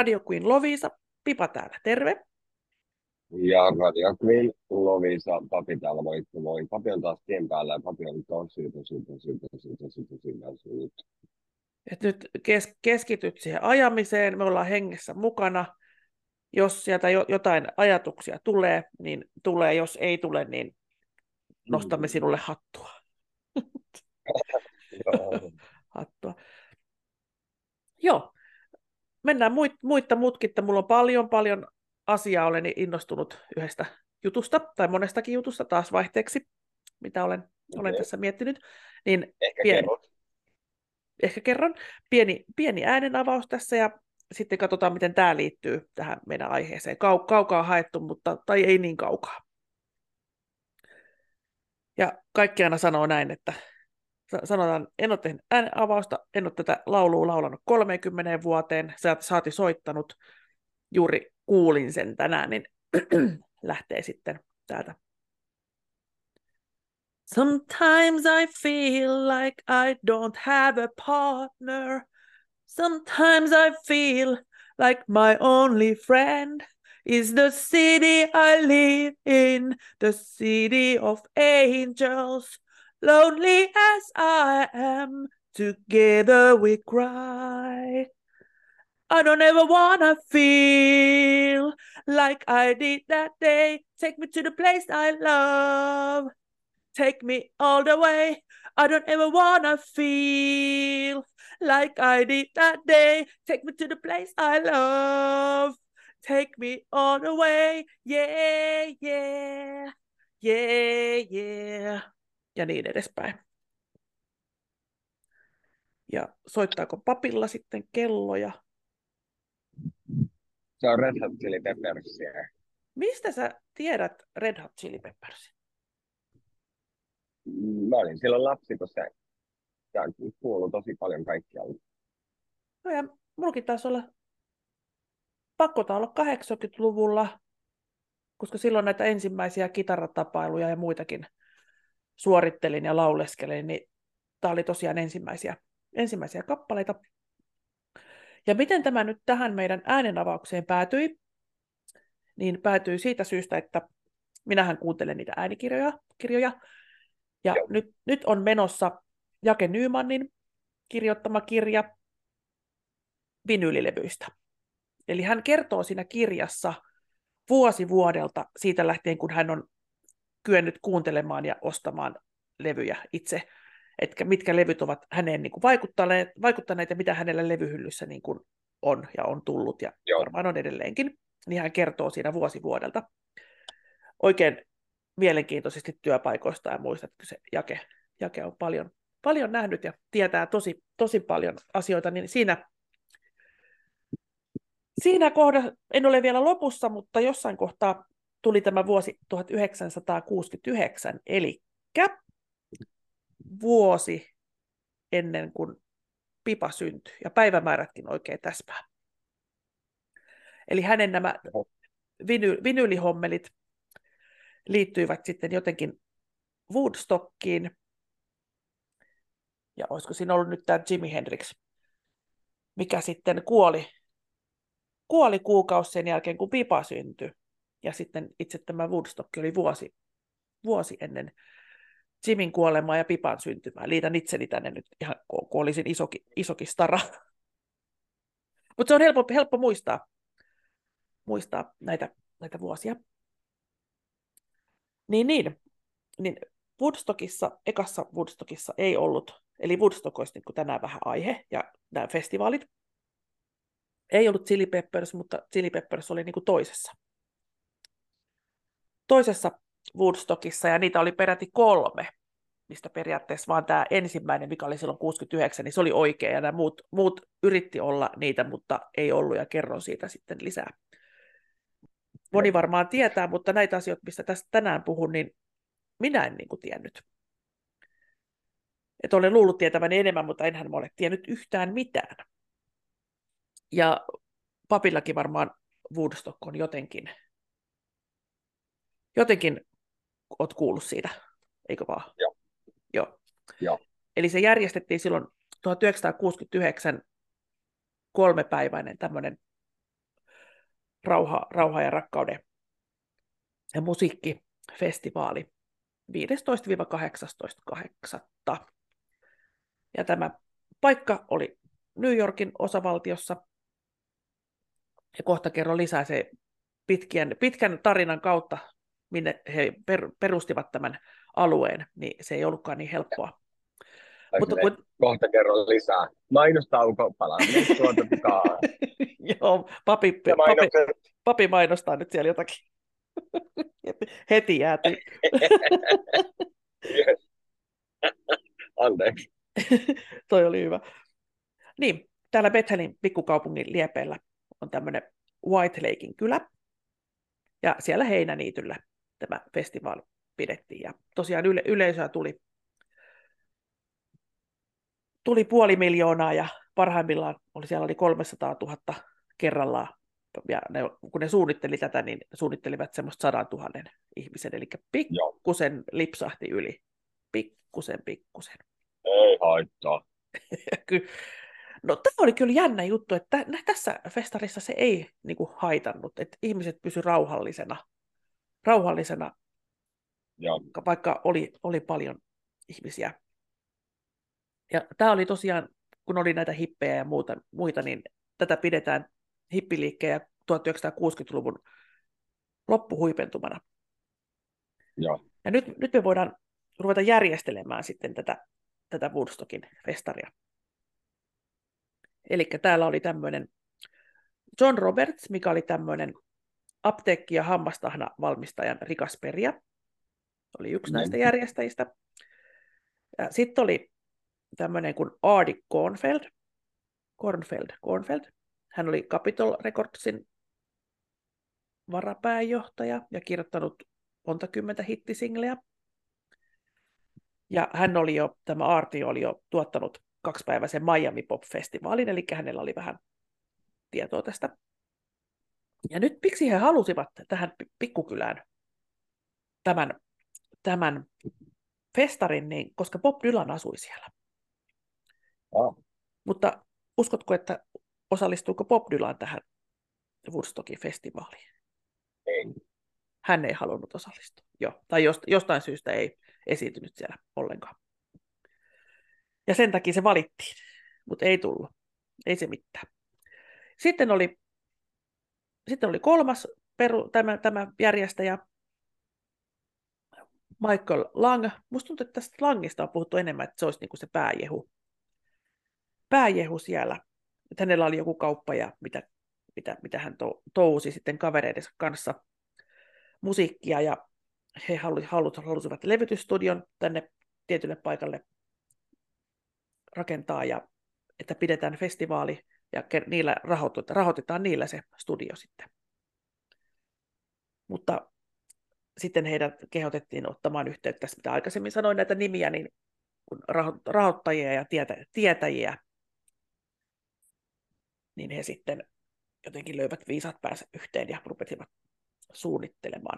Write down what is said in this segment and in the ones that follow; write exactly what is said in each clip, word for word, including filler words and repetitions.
Radio Queen Loviisa, Pipa täällä, terve. Ja Radio Queen, Lovisa, Papi täällä moikka moi. Papi on taas tien päällä ja Papi on tosi, tosi, tosi, tosi, tosi, tosi väsynyt. Et nyt kes- keskityt siihen ajamiseen, me ollaan hengessä mukana. Jos sieltä jo- jotain ajatuksia tulee, niin tulee. Jos ei tule, niin nostamme Mm. sinulle hattua. Joo. hattua. Joo, mennään muit, muitta mutkitta. Mulla on paljon, paljon asiaa. Olen innostunut yhdestä jutusta, tai monestakin jutusta taas vaihteeksi, mitä olen, olen Okei. tässä miettinyt. Niin Ehkä pieni, kerrot. ehkä kerron. Pieni, pieni äänenavaus tässä, ja sitten katsotaan, miten tämä liittyy tähän meidän aiheeseen. Kau, kaukaa haettu, mutta tai ei niin kaukaa. Ja kaikki aina sanoo näin, että sanotaan, en ole tehnyt äänenavausta, en ole tätä laulua laulanut kolmeenkymmeneen vuoteen, sä saati soittanut, juuri kuulin sen tänään, niin lähtee sitten täältä. Sometimes I feel like I don't have a partner. Sometimes I feel like my only friend is the city I live in, the city of angels. Lonely as I am, together we cry. I don't ever wanna feel like I did that day. Take me to the place I love. Take me all the way. I don't ever wanna feel like I did that day. Take me to the place I love. Take me all the way. Yeah, yeah, yeah, yeah. Ja niin edespäin. Ja soittaako papilla sitten kelloja? Se on Red Hot Chili Peppersia. Mistä sä tiedät Red Hot Chili Peppersin? Mä olin silloin lapsi, kun se, se kuului tosi paljon kaikkialla. No ja mullakin taisi olla, pakko olla kahdeksankymmentäluvulla, koska silloin näitä ensimmäisiä kitaratapailuja ja muitakin suorittelin ja lauleskelin, niin tämä oli tosiaan ensimmäisiä, ensimmäisiä kappaleita. Ja miten tämä nyt tähän meidän äänenavaukseen päätyi, niin päätyi siitä syystä, että minähän kuuntelen niitä äänikirjoja, kirjoja, ja Joo. nyt, nyt on menossa Jake Nymanin kirjoittama kirja vinyylilevyistä. Eli hän kertoo siinä kirjassa vuosi vuodelta siitä lähtien, kun hän on kyennyt kuuntelemaan ja ostamaan levyjä itse, että mitkä levyt ovat häneen niin kuin vaikuttaneet, vaikuttaneet ja mitä hänellä levyhyllyssä niin kuin on ja on tullut ja Joo. varmaan on edelleenkin, niin hän kertoo siinä vuosi vuodelta. Oikein mielenkiintoisesti työpaikoista ja muista, että se Jake, Jake on paljon, paljon nähnyt ja tietää tosi, tosi paljon asioita, niin siinä Siinä kohdassa, en ole vielä lopussa, mutta jossain kohtaa tuli tämä vuosi tuhatyhdeksänsataakuusikymmentäyhdeksän, eli vuosi ennen kuin Pipa syntyi, ja päivämäärätkin oikein täsmää. Eli hänen nämä viny, vinyylihommelit liittyivät sitten jotenkin Woodstockiin, ja olisiko siinä ollut nyt tämä Jimi Hendrix, mikä sitten kuoli, kuoli kuukausi sen jälkeen, kun Pipa syntyi, ja sitten itse tämä Woodstock oli vuosi, vuosi ennen Jimin kuolemaa ja Pipan syntymää. Liitän itseni tänne nyt ihan, kun olisin isoki, isoki stara. Mutta se on helppo, helppo muistaa, muistaa näitä, näitä vuosia. Niin, niin, niin Woodstockissa, ekassa Woodstockissa ei ollut, eli Woodstock olisi niin tänään vähän aihe, ja nämä festivaalit. Ei ollut Chili Peppers, mutta Chili Peppers oli niin kuin toisessa. Toisessa Woodstockissa, ja niitä oli peräti kolme, mistä periaatteessa vaan tämä ensimmäinen, mikä oli silloin kuusikymmentäyhdeksän, niin se oli oikea, ja nämä muut, muut yritti olla niitä, mutta ei ollut, ja kerron siitä sitten lisää. Moni varmaan tietää, mutta näitä asioita, mistä tästä tänään puhun, niin minä en niin kuin tiennyt. Että olen luullut tietäväni enemmän, mutta enhän mä ole tiennyt yhtään mitään. Ja papillakin varmaan Woodstock on jotenkin, jotenkin oot kuullut siitä, eikö vaan? Joo. Joo. Joo. Eli se järjestettiin silloin tuhatyhdeksänsataakuusikymmentäyhdeksän kolmepäiväinen tämmöinen rauha, rauha ja rakkauden ja musiikkifestivaali viidestoista kahdeksastoista kahdeksatta Ja tämä paikka oli New Yorkin osavaltiossa. Ja kohta kerron lisää se pitkän, pitkän tarinan kautta, minne he per, perustivat tämän alueen, niin se ei ollutkaan niin helppoa. Mutta kun... Kohta kerron lisää. Mainostauko, palaamme tuota takaa. Joo, papi, papi, papi mainostaa nyt siellä jotakin. Heti jääty. Yes. Anteeksi. Toi oli hyvä. Niin, täällä Bethelin pikkukaupungin liepeillä on tämmöinen White Lakein kylä. Ja siellä Heinäniityllä tämä festivaali pidettiin. Ja tosiaan yle- yleisöä tuli, tuli puoli miljoonaa ja parhaimmillaan oli, siellä oli kolmesataatuhatta kerrallaan. Ja ne, kun ne suunnitteli tätä, niin suunnittelivat semmoista sadan tuhannen ihmisen, eli pikkusen lipsahti yli. Pikkusen, pikkusen. Ei haittaa. No tämä oli kyllä jännä juttu, että tässä festarissa se ei niin kuin, haitannut, että ihmiset pysyivät rauhallisena, rauhallisena Joo. vaikka oli, oli paljon ihmisiä. Ja tämä oli tosiaan, kun oli näitä hippejä ja muuta, muita, niin tätä pidetään hippiliikkeen ja tuhatyhdeksänsataakuusikymmentäluvun loppuhuipentumana. Joo. Ja nyt, nyt me voidaan ruveta järjestelemään sitten tätä, tätä Woodstockin festaria. Eli täällä oli tämmöinen John Roberts, mikä oli tämmöinen apteekki- ja hammastahna valmistajan rikas perijä. Oli yksi mm. näistä järjestäjistä. Sitten oli tämmöinen kuin Ardy Kornfeld. Kornfeld, Kornfeld. Hän oli Capitol Recordsin varapääjohtaja ja kirjoittanut monta kymmentä hittisingleä. Ja hän oli jo, tämä Arty oli jo tuottanut kaksipäiväisen Miami Pop-festivaalin, eli hänellä oli vähän tietoa tästä. Ja nyt miksi he halusivat tähän pikkukylään tämän, tämän festarin, niin, koska Bob Dylan asui siellä. Oh. Mutta uskotko, että osallistuuko Bob Dylan tähän Woodstockin festivaaliin? Ei. Hän ei halunnut osallistua. Joo. Tai jostain syystä ei esiintynyt siellä ollenkaan. Ja sen takia se valittiin, mutta ei tullut. Ei se mitään. Sitten oli, sitten oli kolmas peru, tämä, tämä järjestäjä, Michael Lang. Musta tuntuu, että tästä Langista on puhuttu enemmän, että se olisi niin kuin se pääjehu. Pääjehu siellä. Että hänellä oli joku kauppa ja mitä, mitä, mitä hän to, touhusi sitten kavereidensa kanssa musiikkia. Ja he halusivat levytysstudion tänne tietylle paikalle rakentaa ja että pidetään festivaali ja niillä rahoitetaan, rahoitetaan niillä se studio sitten. Mutta sitten heidät kehotettiin ottamaan yhteyttä, mitä aikaisemmin sanoin näitä nimiä, niin rahoittajia ja tietä, tietäjiä, niin he sitten jotenkin löivät viisat päänsä yhteen ja rupesivat suunnittelemaan.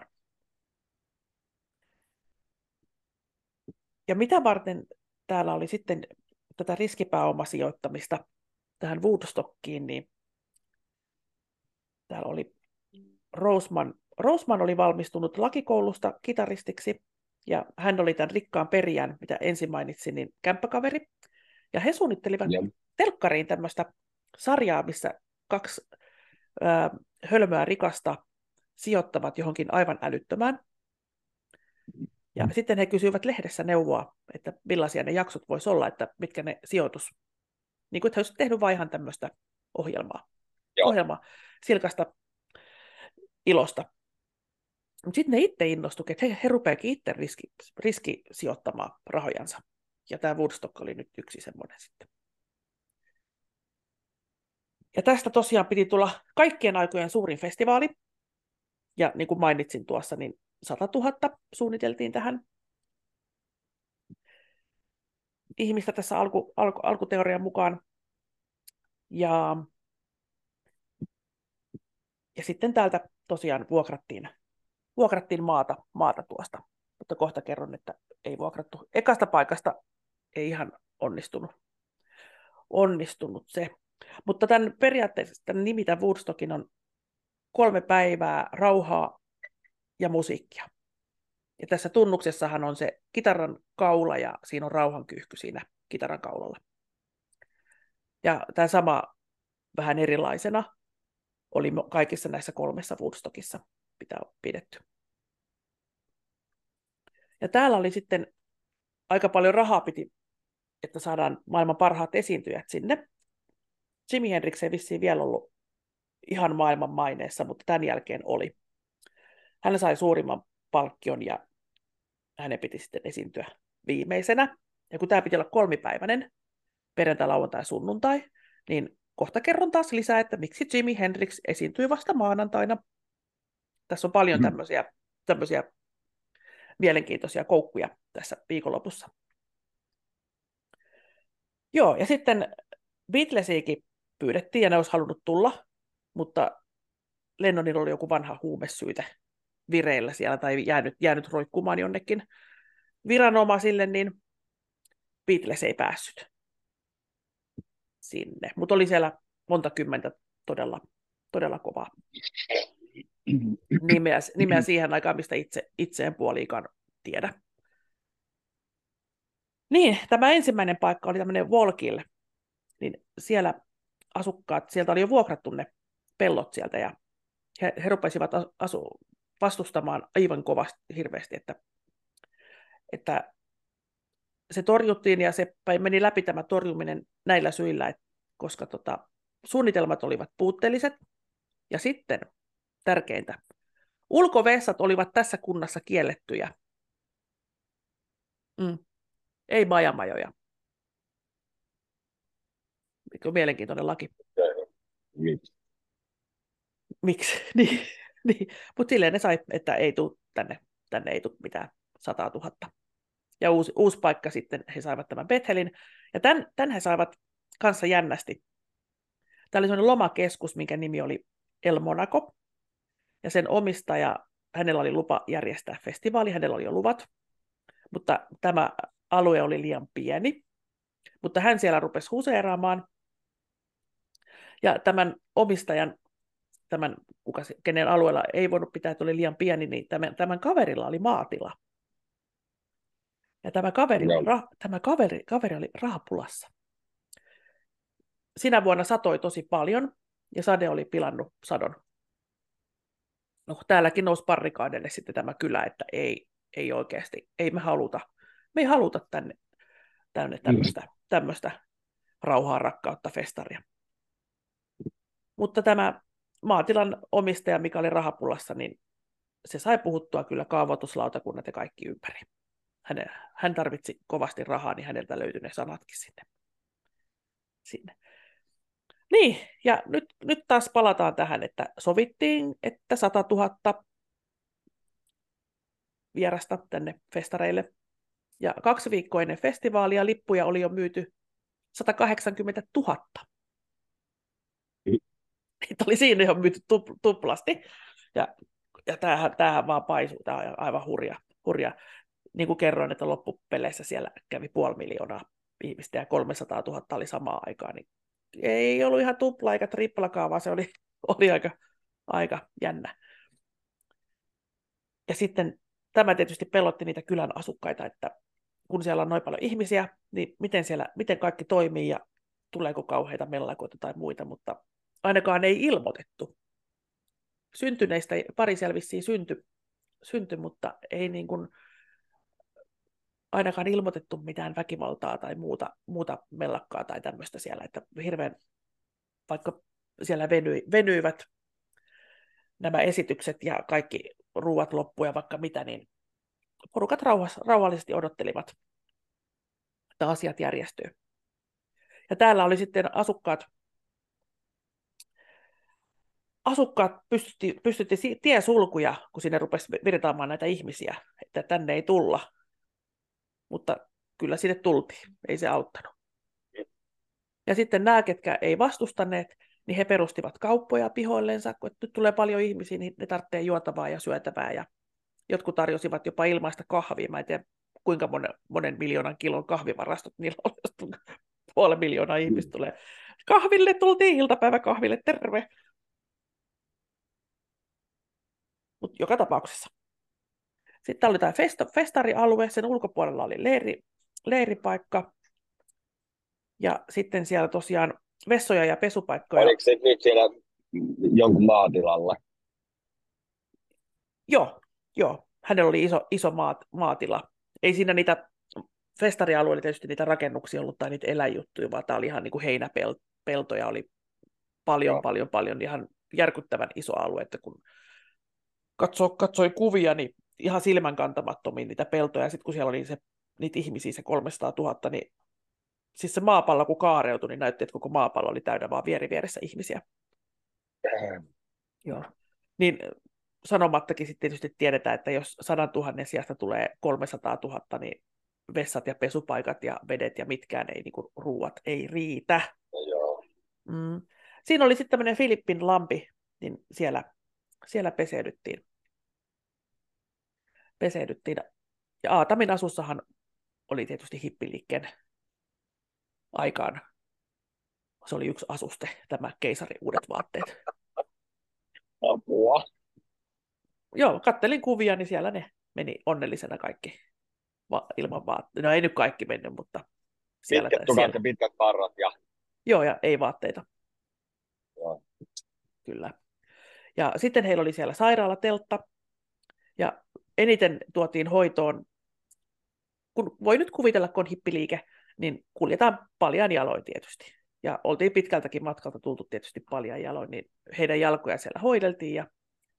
Ja mitä varten täällä oli sitten tätä riskipääomasijoittamista tähän Woodstockiin, niin täällä oli Roseman. Roseman oli valmistunut lakikoulusta kitaristiksi, ja hän oli tämän rikkaan perijän, mitä ensin mainitsin, niin kämppäkaveri. Ja he suunnittelivat yeah. telkkariin tämmöistä sarjaa, missä kaksi äh, hölmöä rikasta sijoittavat johonkin aivan älyttömään. Ja mm. sitten he kysyivät lehdessä neuvoa, että millaisia ne jaksot voisi olla, että mitkä ne sijoitus, niin kuin he olisivat tehnyt vaan ihan tämmöistä ohjelmaa, Joo. ohjelmaa silkasta ilosta. Mutta sitten ne itse innostuivat, että he, he rupeakin itse riski, riski sijoittamaan rahojansa. Ja tämä Woodstock oli nyt yksi semmoinen sitten. Ja tästä tosiaan piti tulla kaikkien aikojen suurin festivaali. Ja niin kuin mainitsin tuossa, niin sata tuhatta suunniteltiin tähän ihmistä tässä alku, alku, alkuteorian mukaan. Ja, ja sitten täältä tosiaan vuokrattiin, vuokrattiin maata, maata tuosta. Mutta kohta kerron, että ei vuokrattu. Ekasta paikasta ei ihan onnistunut, onnistunut se. Mutta tämän periaatteessa tämän nimi, tämän Woodstockin on kolme päivää rauhaa ja musiikkia. Ja tässä tunnuksessahan on se kitaran kaula ja siinä on rauhankyyhky siinä kitaran kaulalla. Ja tämä sama vähän erilaisena oli kaikissa näissä kolmessa Woodstockissa pidetty. Ja täällä oli sitten aika paljon rahaa piti, että saadaan maailman parhaat esiintyjät sinne. Jimi Hendrix ei vissiin vielä ollut ihan maailman maineessa, mutta tämän jälkeen oli. Hän sai suurimman palkkion ja hänen piti sitten esiintyä viimeisenä. Ja kun tämä piti olla kolmipäiväinen, perjantai, lauantai, sunnuntai, niin kohta kerron taas lisää, että miksi Jimi Hendrix esiintyi vasta maanantaina. Tässä on paljon tämmöisiä, tämmöisiä mielenkiintoisia koukkuja tässä viikonlopussa. Joo, ja sitten Beatlesiakin pyydettiin, ja ne olisi halunnut tulla, mutta Lennonilla oli joku vanha huumesyyte vireillä siellä, tai jäänyt, jäänyt roikkumaan jonnekin viranomaisille, niin Beatles ei päässyt sinne. Mutta oli siellä monta kymmentä todella, todella kovaa nimeä, nimeä siihen aikaan, mistä itse, itse en puoliikaan tiedä. Niin, tämä ensimmäinen paikka oli tämmöinen Walkill, niin siellä asukkaat, sieltä oli jo vuokrattu ne pellot sieltä, ja he, he rupesivat asu, vastustamaan aivan kovasti, hirveästi, että, että se torjuttiin, ja se meni läpi tämä torjuminen näillä syillä, että, koska tota, suunnitelmat olivat puutteelliset, ja sitten tärkeintä, ulkovessat olivat tässä kunnassa kiellettyjä. Mm. Ei majamajoja. Mikä on mielenkiintoinen laki. Miksi? Miksi? niin, niin. Mutta silleen ne sai, että ei tule tänne, tänne ei tule mitään sataa tuhatta. Ja uusi, uusi paikka sitten, he saivat tämän Bethelin. Ja tämän, tämän he saivat kanssa jännästi. Tämä oli sellainen lomakeskus, minkä nimi oli El Monaco. Ja sen omistaja, hänellä oli lupa järjestää festivaali, hänellä oli jo luvat. Mutta tämä alue oli liian pieni. Mutta hän siellä rupesi huseeraamaan. Ja tämän omistajan, tämän, kuka, kenen alueella ei voinut pitää, että oli liian pieni, niin tämän, tämän kaverilla oli maatila. Ja tämä kaveri, no. ra, tämä kaveri, kaveri oli rahapulassa. Sinä vuonna satoi tosi paljon, ja sade oli pilannut sadon. No, täälläkin nousi parrikaadelle sitten tämä kylä, että ei, ei oikeasti, ei me haluta, me ei haluta tänne, tänne tämmöistä, mm. tämmöistä rauhaa, rakkautta, festaria. Mutta tämä maatilan omistaja, mikä oli rahapulassa, niin se sai puhuttua kyllä kaavoituslautakunnat ja kaikki ympäri. Hän, hän tarvitsi kovasti rahaa, niin häneltä löytyi ne sanatkin sinne. sinne. Niin, ja nyt, nyt taas palataan tähän, että sovittiin, että sata tuhatta vierasta tänne festareille. Ja kaksi viikkoa ennen festivaalia lippuja oli jo myyty sata kahdeksankymmentätuhatta. Niitä oli siinä jo myyty tuplasti. Ja, ja tämähän, tämähän vaan paisuu, tämä on aivan hurja. hurja. Niin kuin kerroin, että loppupeleissä siellä kävi puoli miljoonaa ihmistä ja kolmesataatuhatta oli samaan aikaan. Niin ei ollut ihan tupla eikä triplakaan, vaan se oli, oli aika, aika jännä. Ja sitten tämä tietysti pelotti niitä kylän asukkaita, että kun siellä on noin paljon ihmisiä, niin miten, siellä, miten kaikki toimii ja tuleeko kauheita mellakoita tai muita, mutta ainakaan ei ilmoitettu. Syntyneistä pari siellä vissiin syntyi, synty, mutta ei niin kuin ainakaan ilmoitettu mitään väkivaltaa tai muuta, muuta mellakkaa tai tämmöistä siellä, että hirveän, vaikka siellä venyi, venyivät nämä esitykset ja kaikki ruuat loppu ja vaikka mitä, niin porukat rauhas, rauhallisesti odottelivat, että asiat järjestyy. Ja täällä oli sitten asukkaat, asukkaat pystytti, pystytti tiesulkuja, kun sinne rupesi virtaamaan näitä ihmisiä, että tänne ei tulla. Mutta kyllä sinne tultiin, ei se auttanut. Ja sitten nämä, ketkä ei vastustaneet, niin he perustivat kauppoja pihoillensa, kun nyt tulee paljon ihmisiä, niin ne tarvitsee juotavaa ja syötävää. Ja jotkut tarjosivat jopa ilmaista kahvia. Mä en tiedä, kuinka monen, monen miljoonan kilon kahvivarastot niillä on, puoli miljoonaa ihmistä tulee. Kahville tultiin, iltapäiväkahville, terve! Mutta joka tapauksessa. Sitten oli tämä festa- festarialue, sen ulkopuolella oli leiri, leiripaikka, ja sitten siellä tosiaan vessoja ja pesupaikkoja. Oliko se nyt siellä jonkun maatilalla? Joo, joo. Hänellä oli iso, iso maat, maatila. Ei siinä niitä festarialueilla tietysti niitä rakennuksia ollut tai niitä eläinjuttuja, vaan tämä oli ihan niin kuin heinäpeltoja, oli paljon, Joo. paljon, paljon, ihan järkyttävän iso alue, että kun katsoi, katsoi kuvia, niin ihan silmänkantamattomiin niitä peltoja, ja sitten kun siellä oli se, niitä ihmisiä se kolmesataatuhatta, niin siis se maapallo kun kaareutui, niin näytti, että koko maapallo oli täynnä vaan vieri vieressä ihmisiä. Joo. Niin sanomattakin sitten tietysti tiedetään, että jos sadan tuhannen sijasta tulee kolmesataatuhatta, niin vessat ja pesupaikat ja vedet ja mitkään ei, niin kuin ruuat ei riitä. Joo. Mm. Siinä oli sitten tämmöinen Filippin lampi, niin siellä, siellä peseydyttiin. peseydyttiin. Ja Aatamin asussahan oli tietysti hippiliikkeen aikaan. Se oli yksi asuste, tämä keisarin uudet vaatteet. Apua. Joo, kattelin kuvia, niin siellä ne meni onnellisena kaikki va- ilman vaatteita. No ei nyt kaikki mennyt, mutta siellä. Pitkät tukat ja pitkät parrat. Ja... Joo, ja ei vaatteita. Joo. Kyllä. Ja sitten heillä oli siellä sairaalateltta, ja eniten tuotiin hoitoon, kun voi nyt kuvitella, kun on hippiliike, niin kuljetaan paljain jaloin tietysti. Ja oltiin pitkältäkin matkalta tultu tietysti paljain jaloin, niin heidän jalkoja siellä hoideltiin, ja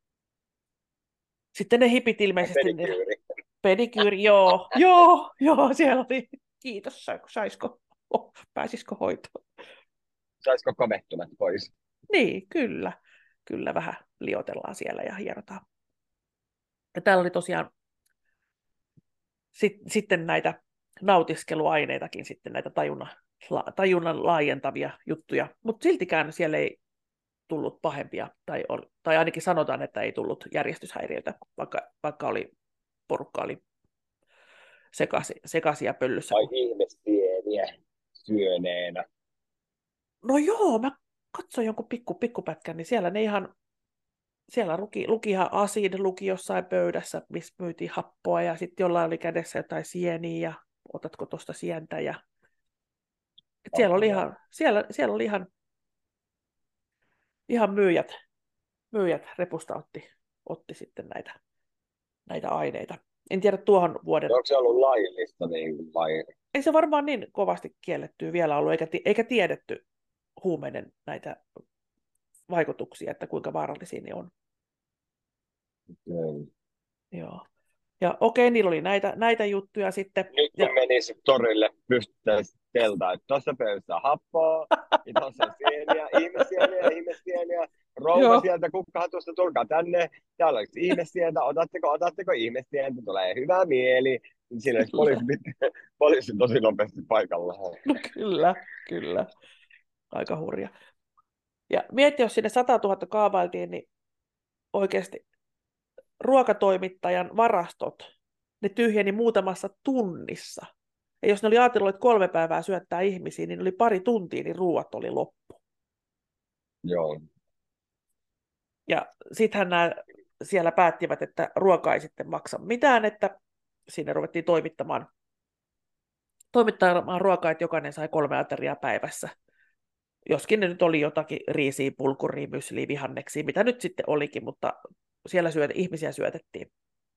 sitten ne hipit ilmeisesti... Pedikyyri. Ne... Pedikyyri, joo, joo, joo, siellä oli. Kiitos, saisiko, oh, pääsisikö hoitoon? Saisiko kovettumat pois? Niin, kyllä. Kyllä vähän liotellaan siellä ja hierotaan. Ja täällä oli tosiaan sit, sitten näitä nautiskeluaineitakin, sitten näitä tajunnan, tajunnan laajentavia juttuja, mutta siltikään siellä ei tullut pahempia, tai, oli, tai ainakin sanotaan, että ei tullut järjestyshäiriöitä, vaikka, vaikka oli, porukka oli sekasi, sekasi ja pöllyssä. Ai ihmestieniä syöneenä. No joo, mä katsoin jonkun pikku, pikkupätkän, niin siellä ne ihan, siellä luki, luki ihan Asid, luki jossain pöydässä, missä myytiin happoa, ja sitten jollain oli kädessä jotain sieniä, ja otatko tuosta sientä, ja et siellä oli ihan, siellä, siellä oli ihan, ihan myyjät, myyjät repusta otti, otti sitten näitä, näitä aineita. En tiedä tuohon vuoden... Onko se ollut laillista niin, vai? Ei se varmaan niin kovasti kiellettyä vielä ollut, eikä, eikä tiedetty huumeiden näitä vaikutuksia, että kuinka vaarallisia ne on. Mm. Joo. Ja okei, niillä oli näitä, näitä juttuja sitten. Nyt kun ja... menisi torille, pystyttäisiin teltaa, että tuossa pöydässä on happoa, ja tuossa on sieniä, ihmesieniä, ihmesieniä, rouva Joo. sieltä, kukkahatusta, tulkaa tänne, täällä olisi ihmesientä, otatteko, otatteko ihmesientä, tulee hyvä mieli, siinä olisi poliisi, poliisi tosi nopeasti paikalla. No kyllä, kyllä. Aika hurja. Ja mietti, jos sinne sata tuhatta kaavailtiin, niin oikeasti ruokatoimittajan varastot, ne tyhjeni muutamassa tunnissa. Ja jos ne oli ajatellut, että kolme päivää syöttää ihmisiä, niin oli pari tuntia, niin ruuat oli loppu. Joo. Ja sittenhän nämä siellä päättivät, että ruoka ei sitten maksa mitään, että sinne ruvettiin toimittamaan, toimittamaan ruokaa, että jokainen sai kolme ateriaa päivässä. Joskin ne nyt oli jotakin riisiä, pulkuria, mysliä, vihanneksia, mitä nyt sitten olikin, mutta siellä syöt, ihmisiä syötettiin.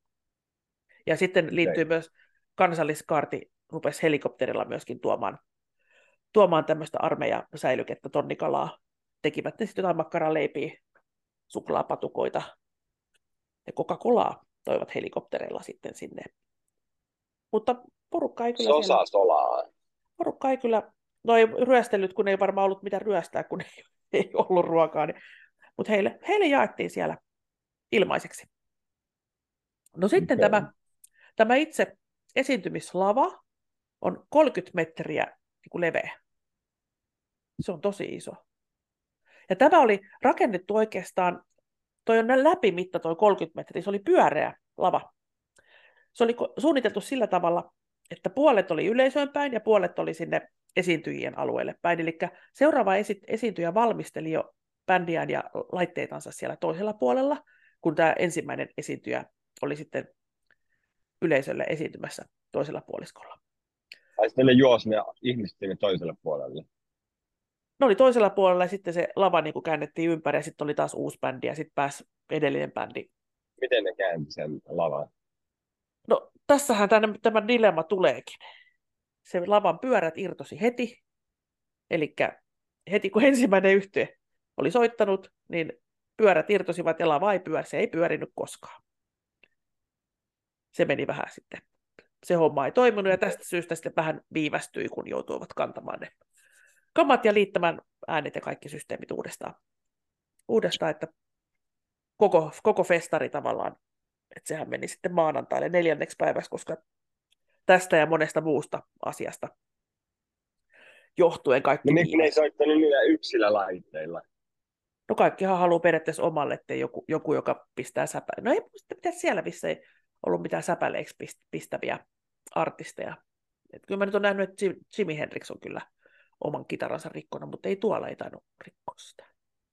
Ja sitten liittyy myös kansalliskaarti, rupesi helikopterilla myöskin tuomaan, tuomaan tämmöistä armeijasäilykettä, tonnikalaa. Tekivät ne sitten jotain makkaraleipiä, suklaapatukoita ja Coca-Colaa toivat helikoptereilla sitten sinne. Mutta porukka ei kyllä Sosa siellä... solaa. Porukka ei kyllä... No ei ryöstellyt, kun ei varmaan ollut mitään ryöstää, kun ei, ei ollut ruokaa. Niin... Mutta heille, heille jaettiin siellä ilmaiseksi. No sitten Okay. tämä, tämä itse esiintymislava on kolmekymmentä metriä niin kuin leveä. Se on tosi iso. Ja tämä oli rakennettu oikeastaan, toi on läpimitta toi kolmekymmentä metriä, se oli pyöreä lava. Se oli suunniteltu sillä tavalla, että puolet oli yleisöön päin ja puolet oli sinne esiintyjien alueelle päin. Eli seuraava esi- esiintyjä valmisteli jo bändiään ja laitteitansa siellä toisella puolella, kun tämä ensimmäinen esiintyjä oli sitten yleisölle esiintymässä toisella puoliskolla. Tai sitten ne juosi ne ihmiset sinne toiselle puolelle. Ne oli toisella puolella ja sitten se lava niin kuin käännettiin ympäri ja sitten oli taas uusi bändi ja sitten pääsi edellinen bändi. Miten ne käänti sen lavan? No tässähän tämä, tämä dilemma tuleekin. Se lavan pyörät irtosi heti, eli heti kun ensimmäinen yhtye oli soittanut, niin pyörät irtosivat ja lava ei pyöri, se ei pyörinyt koskaan. Se meni vähän sitten. Se homma ei toiminut ja tästä syystä sitten vähän viivästyi, kun joutuivat kantamaan ne kamat ja liittämään äänet ja kaikki systeemit uudestaan. Uudestaan, että koko, koko festari tavallaan, että sehän meni sitten maanantaille neljänneksi päiväksi, koska tästä ja monesta muusta asiasta johtuen kaikki No miksi ne ei soittanut niillä yksillä laitteilla? No kaikkihan haluaa periaatteessa omalle, ettei joku, joku joka pistää säpäleiksi. No ei mitä siellä missä ei ollut mitään säpäleiksi pistäviä artisteja. Et kyllä mä nyt olen nähnyt, että Jimi Hendrix on kyllä oman kitaransa rikkona, mutta ei tuolla ei tainnut rikkoa sitä.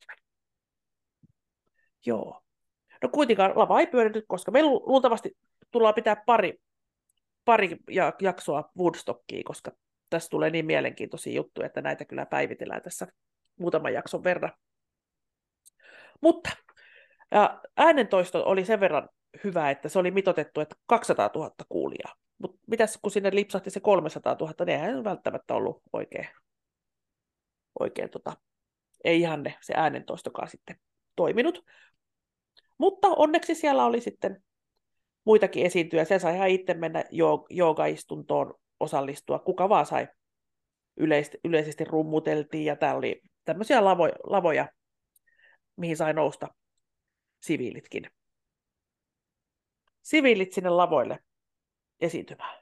Joo. No kuitenkaan lava ei pyörinyt, koska me luultavasti tullaan pitää pari, pari jaksoa Woodstockia, koska tässä tulee niin mielenkiintoisia juttuja, että näitä kyllä päivitellään tässä muutaman jakson verran. Mutta ja äänentoisto oli sen verran hyvä, että se oli mitoitettu, että kaksisataatuhatta kuulijaa. Mutta mitäs kun sinne lipsahti se kolmesataatuhatta, niin eihän välttämättä ollut oikein, oikein tota, ei ihan ne, se äänentoistokaan sitten toiminut. Mutta onneksi siellä oli sitten muitakin esiintyjä. Se sai ihan itse mennä joogaistuntoon osallistua. Kuka vaan sai. Yleisesti, yleisesti rummuteltiin ja täällä oli tämmöisiä lavoja, lavoja, mihin sai nousta siviilitkin. Siviilit sinne lavoille esiintymään.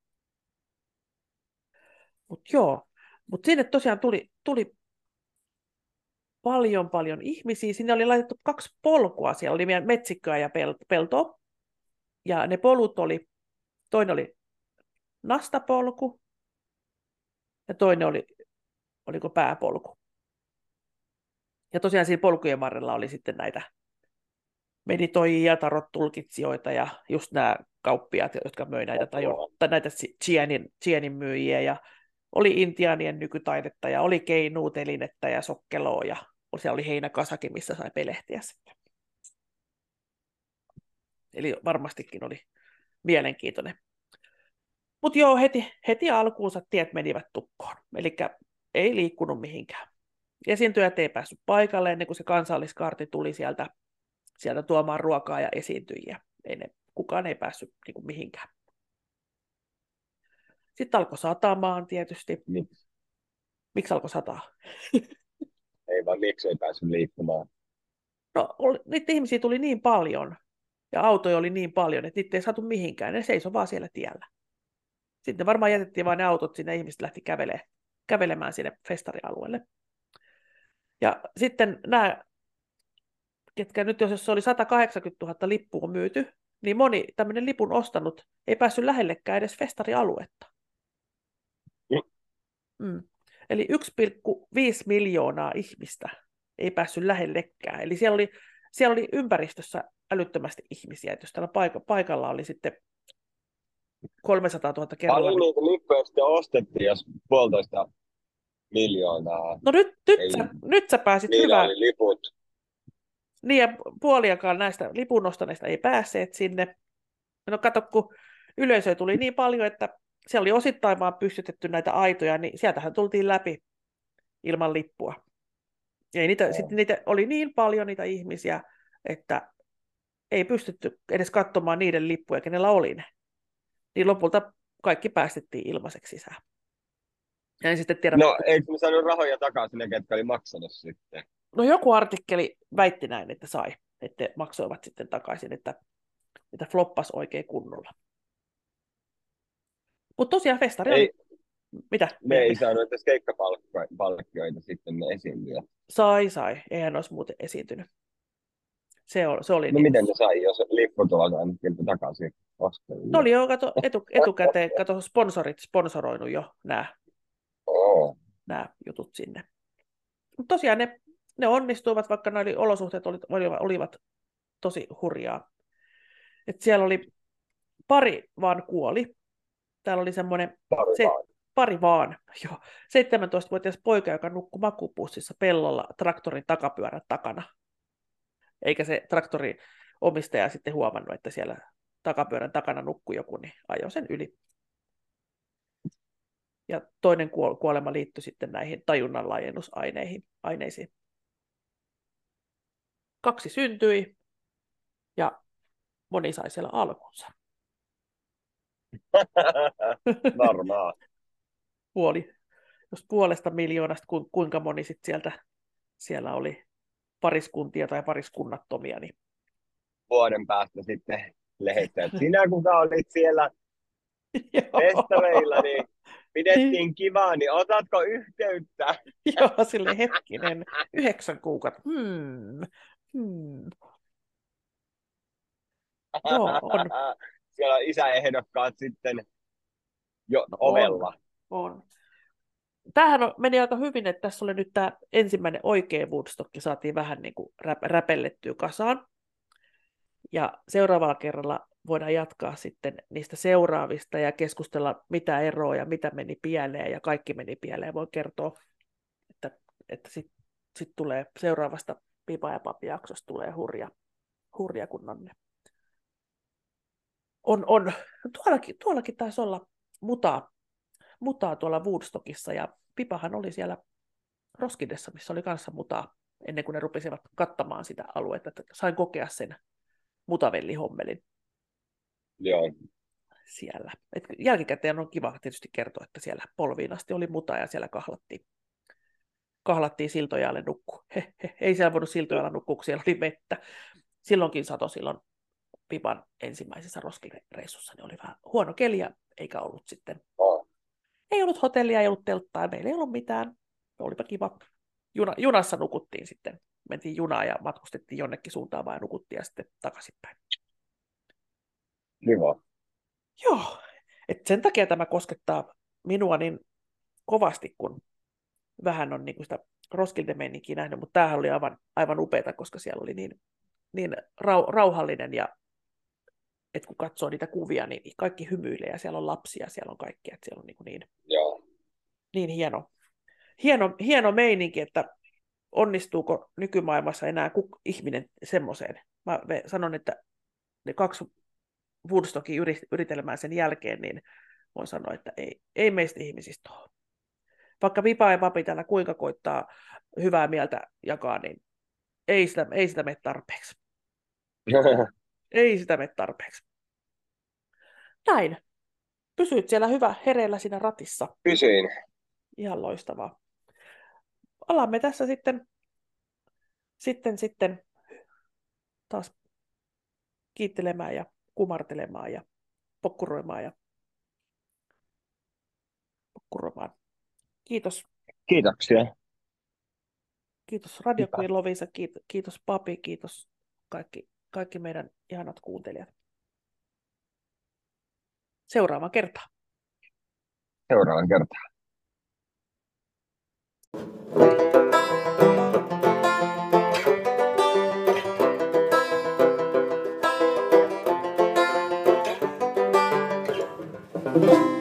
Mutta joo, mutta sinne tosiaan tuli, tuli paljon paljon ihmisiä. Sinne oli laitettu kaksi polkua. Siellä oli meidän metsikköä ja peltoa. Ja ne polut oli, toinen oli nastapolku ja toinen oli, oliko pääpolku. Ja tosiaan siinä polkujen varrella oli sitten näitä meditoijia, tarot-tulkitsijoita ja just nämä kauppiaat, jotka möi näitä, tai, tai näitä Chienin, Chienin myyjiä. Ja oli intiaanien nykytaidetta ja oli keinuutelinettä ja sokkeloa ja siellä oli heinäkasakin, missä sai pelehtiä sitten. Eli varmastikin oli mielenkiintoinen. Mutta joo, heti, heti alkuunsa tiet menivät tukkoon. Eli ei liikkunut mihinkään. Esiintyjät ei päässyt paikalle ennen kuin se kansalliskaarti tuli sieltä, sieltä tuomaan ruokaa ja esiintyjiä. Ei ne, kukaan ei päässyt niin kuin mihinkään. Sitten alkoi satamaan tietysti. Miksi? Miksi alkoi sataa? Ei vaan miksi ei päässyt liikkumaan? No niitä ihmisiä tuli niin paljon ja autoja oli niin paljon, että niitä ei saatu mihinkään. Ne seisoi vaan siellä tiellä. Sitten varmaan jätettiin vain ne autot sinne, ihmiset lähti kävelemään, kävelemään sinne festarialueelle. Ja sitten nämä, ketkä nyt jos oli sata kahdeksankymmentätuhatta lippua myyty, niin moni tämmöinen lipun ostanut ei päässyt lähellekään edes festarialuetta. Mm. Mm. Eli yksi pilkku viisi miljoonaa ihmistä ei päässyt lähellekään. Eli siellä oli, siellä oli ympäristössä älyttömästi ihmisiä. Että jos täällä paik- paikalla oli sitten kolmesataatuhatta kerralla. Paljon niitä lippuja sitten ostettiin, jos puolitoista miljoonaa. No nyt, nyt, sä, nyt sä pääsit hyvään. Oli liput. Niin ja puoliakaan näistä lipun ostaneista ei päässeet sinne. No kato, kun yleisöä tuli niin paljon, että siellä oli osittain vaan pystytetty näitä aitoja, niin sieltähän tultiin läpi ilman lippua. Ja niitä, no. Sitten niitä oli niin paljon niitä ihmisiä, että ei pystytty edes katsomaan niiden lippuja, kenellä oli ne. Niin lopulta kaikki päästettiin ilmaiseksi sisään. Ja en sitten tiedä, no eikö ne saanut rahoja takaisin ne, ketkä oli maksanut sitten? No joku artikkeli väitti näin, että sai, että maksoivat sitten takaisin, että, että floppas oikein kunnolla. Mutta tosiaan festari ei, oli... Mitä? Ne Mitä? ei saanut edes keikkapalkkioita sitten ne esiintyjät. Sai, sai. Eihän olisi muuten esiintynyt. Se, oli, se oli no niin. Miten ne sai, jos lipput ovat annettu takaisin ostajille? Ne oli jo kato, etu, etukäteen, kato, sponsorit sponsoroinut jo nämä, oh. nämä jutut sinne. Mutta tosiaan ne, ne onnistuivat, vaikka ne olosuhteet olivat, olivat tosi hurjaa. Et siellä oli pari vaan kuoli. Täällä oli semmoinen Pari se, vaan. pari vaan, joo, seitsemäntoistavuotias poika, joka nukkui makuupussissa pellolla traktorin takapyörän takana. Eikä se traktorin omistaja sitten huomannut, että siellä takapyörän takana nukkui joku, niin ajoi sen yli. Ja toinen kuolema liittyi sitten näihin tajunnan laajennusaineisiin. Kaksi syntyi ja moni sai siellä alkunsa. Varmaan. Puoli, jos puolesta miljoonasta, kuinka moni sitten sieltä siellä oli pariskuntia tai pariskunnattomia. Niin... Vuoden päästä sitten lehdessä, että sinä kuka olit siellä festareilla, niin pidettiin kivaa, niin otatko yhteyttä? Joo, sille hetkinen, yhdeksän kuukautta. Hmm. Hmm. Joo, on. Siellä on isäehdokkaat sitten jo no ovella. On, on. Tämähän meni aika hyvin, että tässä oli nyt tämä ensimmäinen oikea Woodstock, saatiin vähän niin kuin räpellettyä kasaan. Ja seuraavalla kerralla voidaan jatkaa sitten niistä seuraavista ja keskustella, mitä eroa ja mitä meni pieleen, ja kaikki meni pieleen. Voin kertoa, että, että sitten sit tulee seuraavasta Pipa ja Papi-jaksosta tulee hurja, hurja kunnon ne. On, on. Tuollakin, tuollakin taisi olla mutaa, mutaa tuolla Woodstockissa, ja Pipahan oli siellä Roskidessa, missä oli kanssa mutaa, ennen kuin ne rupesivat kattamaan sitä aluetta, että sain kokea sen mutavellihommelin. Joo. Siellä. Et jälkikäteen on kiva tietysti kertoa, että siellä polviin asti oli muta ja siellä kahlattiin, kahlattiin siltojalle nukkuu. He, he, ei siellä voinut siltojalle nukkua, kun siellä oli vettä. Silloinkin sato silloin Pipan ensimmäisessä roskireissussa, niin oli vähän huono keli, eikä ollut sitten, oh. ei ollut hotellia, ei ollut telttaa, meillä ei ollut mitään. Olipa kiva. Juna, junassa nukuttiin sitten. Mentiin junaan ja matkustettiin jonnekin suuntaan vaan ja nukuttiin ja sitten takaisinpäin. Kiva. Joo, et sen takia tämä koskettaa minua niin kovasti, kun vähän on niinku sitä Roskilde-meininkiä nähnyt, mutta tämähän oli aivan, aivan upeata, koska siellä oli niin, niin rau, rauhallinen ja että kun katsoo niitä kuvia, niin kaikki hymyilee ja siellä on lapsia, siellä on kaikkea, että siellä on niinku niin, Joo. niin hieno, hieno, hieno meininki, että onnistuuko nykymaailmassa enää kuk- ihminen semmoiseen. Mä sanon, että ne kaksi Woodstockin yritelmää sen jälkeen, niin voin sanoa, että ei, ei meistä ihmisistä ole. Vaikka Pipa ja Papi täällä kuinka koittaa hyvää mieltä jakaa, niin ei sitä, ei sitä mene tarpeeksi. Ei sitä mene tarpeeksi. Näin. Pysyit siellä hyvä hereillä siinä ratissa. Pysyin. Ihan loistavaa. Alamme tässä sitten, sitten, sitten taas kiittelemään ja kumartelemaan ja pokkuroimaan ja pokkuroimaan. Kiitos. Kiitoksia. Kiitos Radio Queen Lovisa, kiitos, kiitos Papi, kiitos kaikki, kaikki meidän ihanat kuuntelijat. Seuraava kerta. Seuraavan kertaan. Thank you.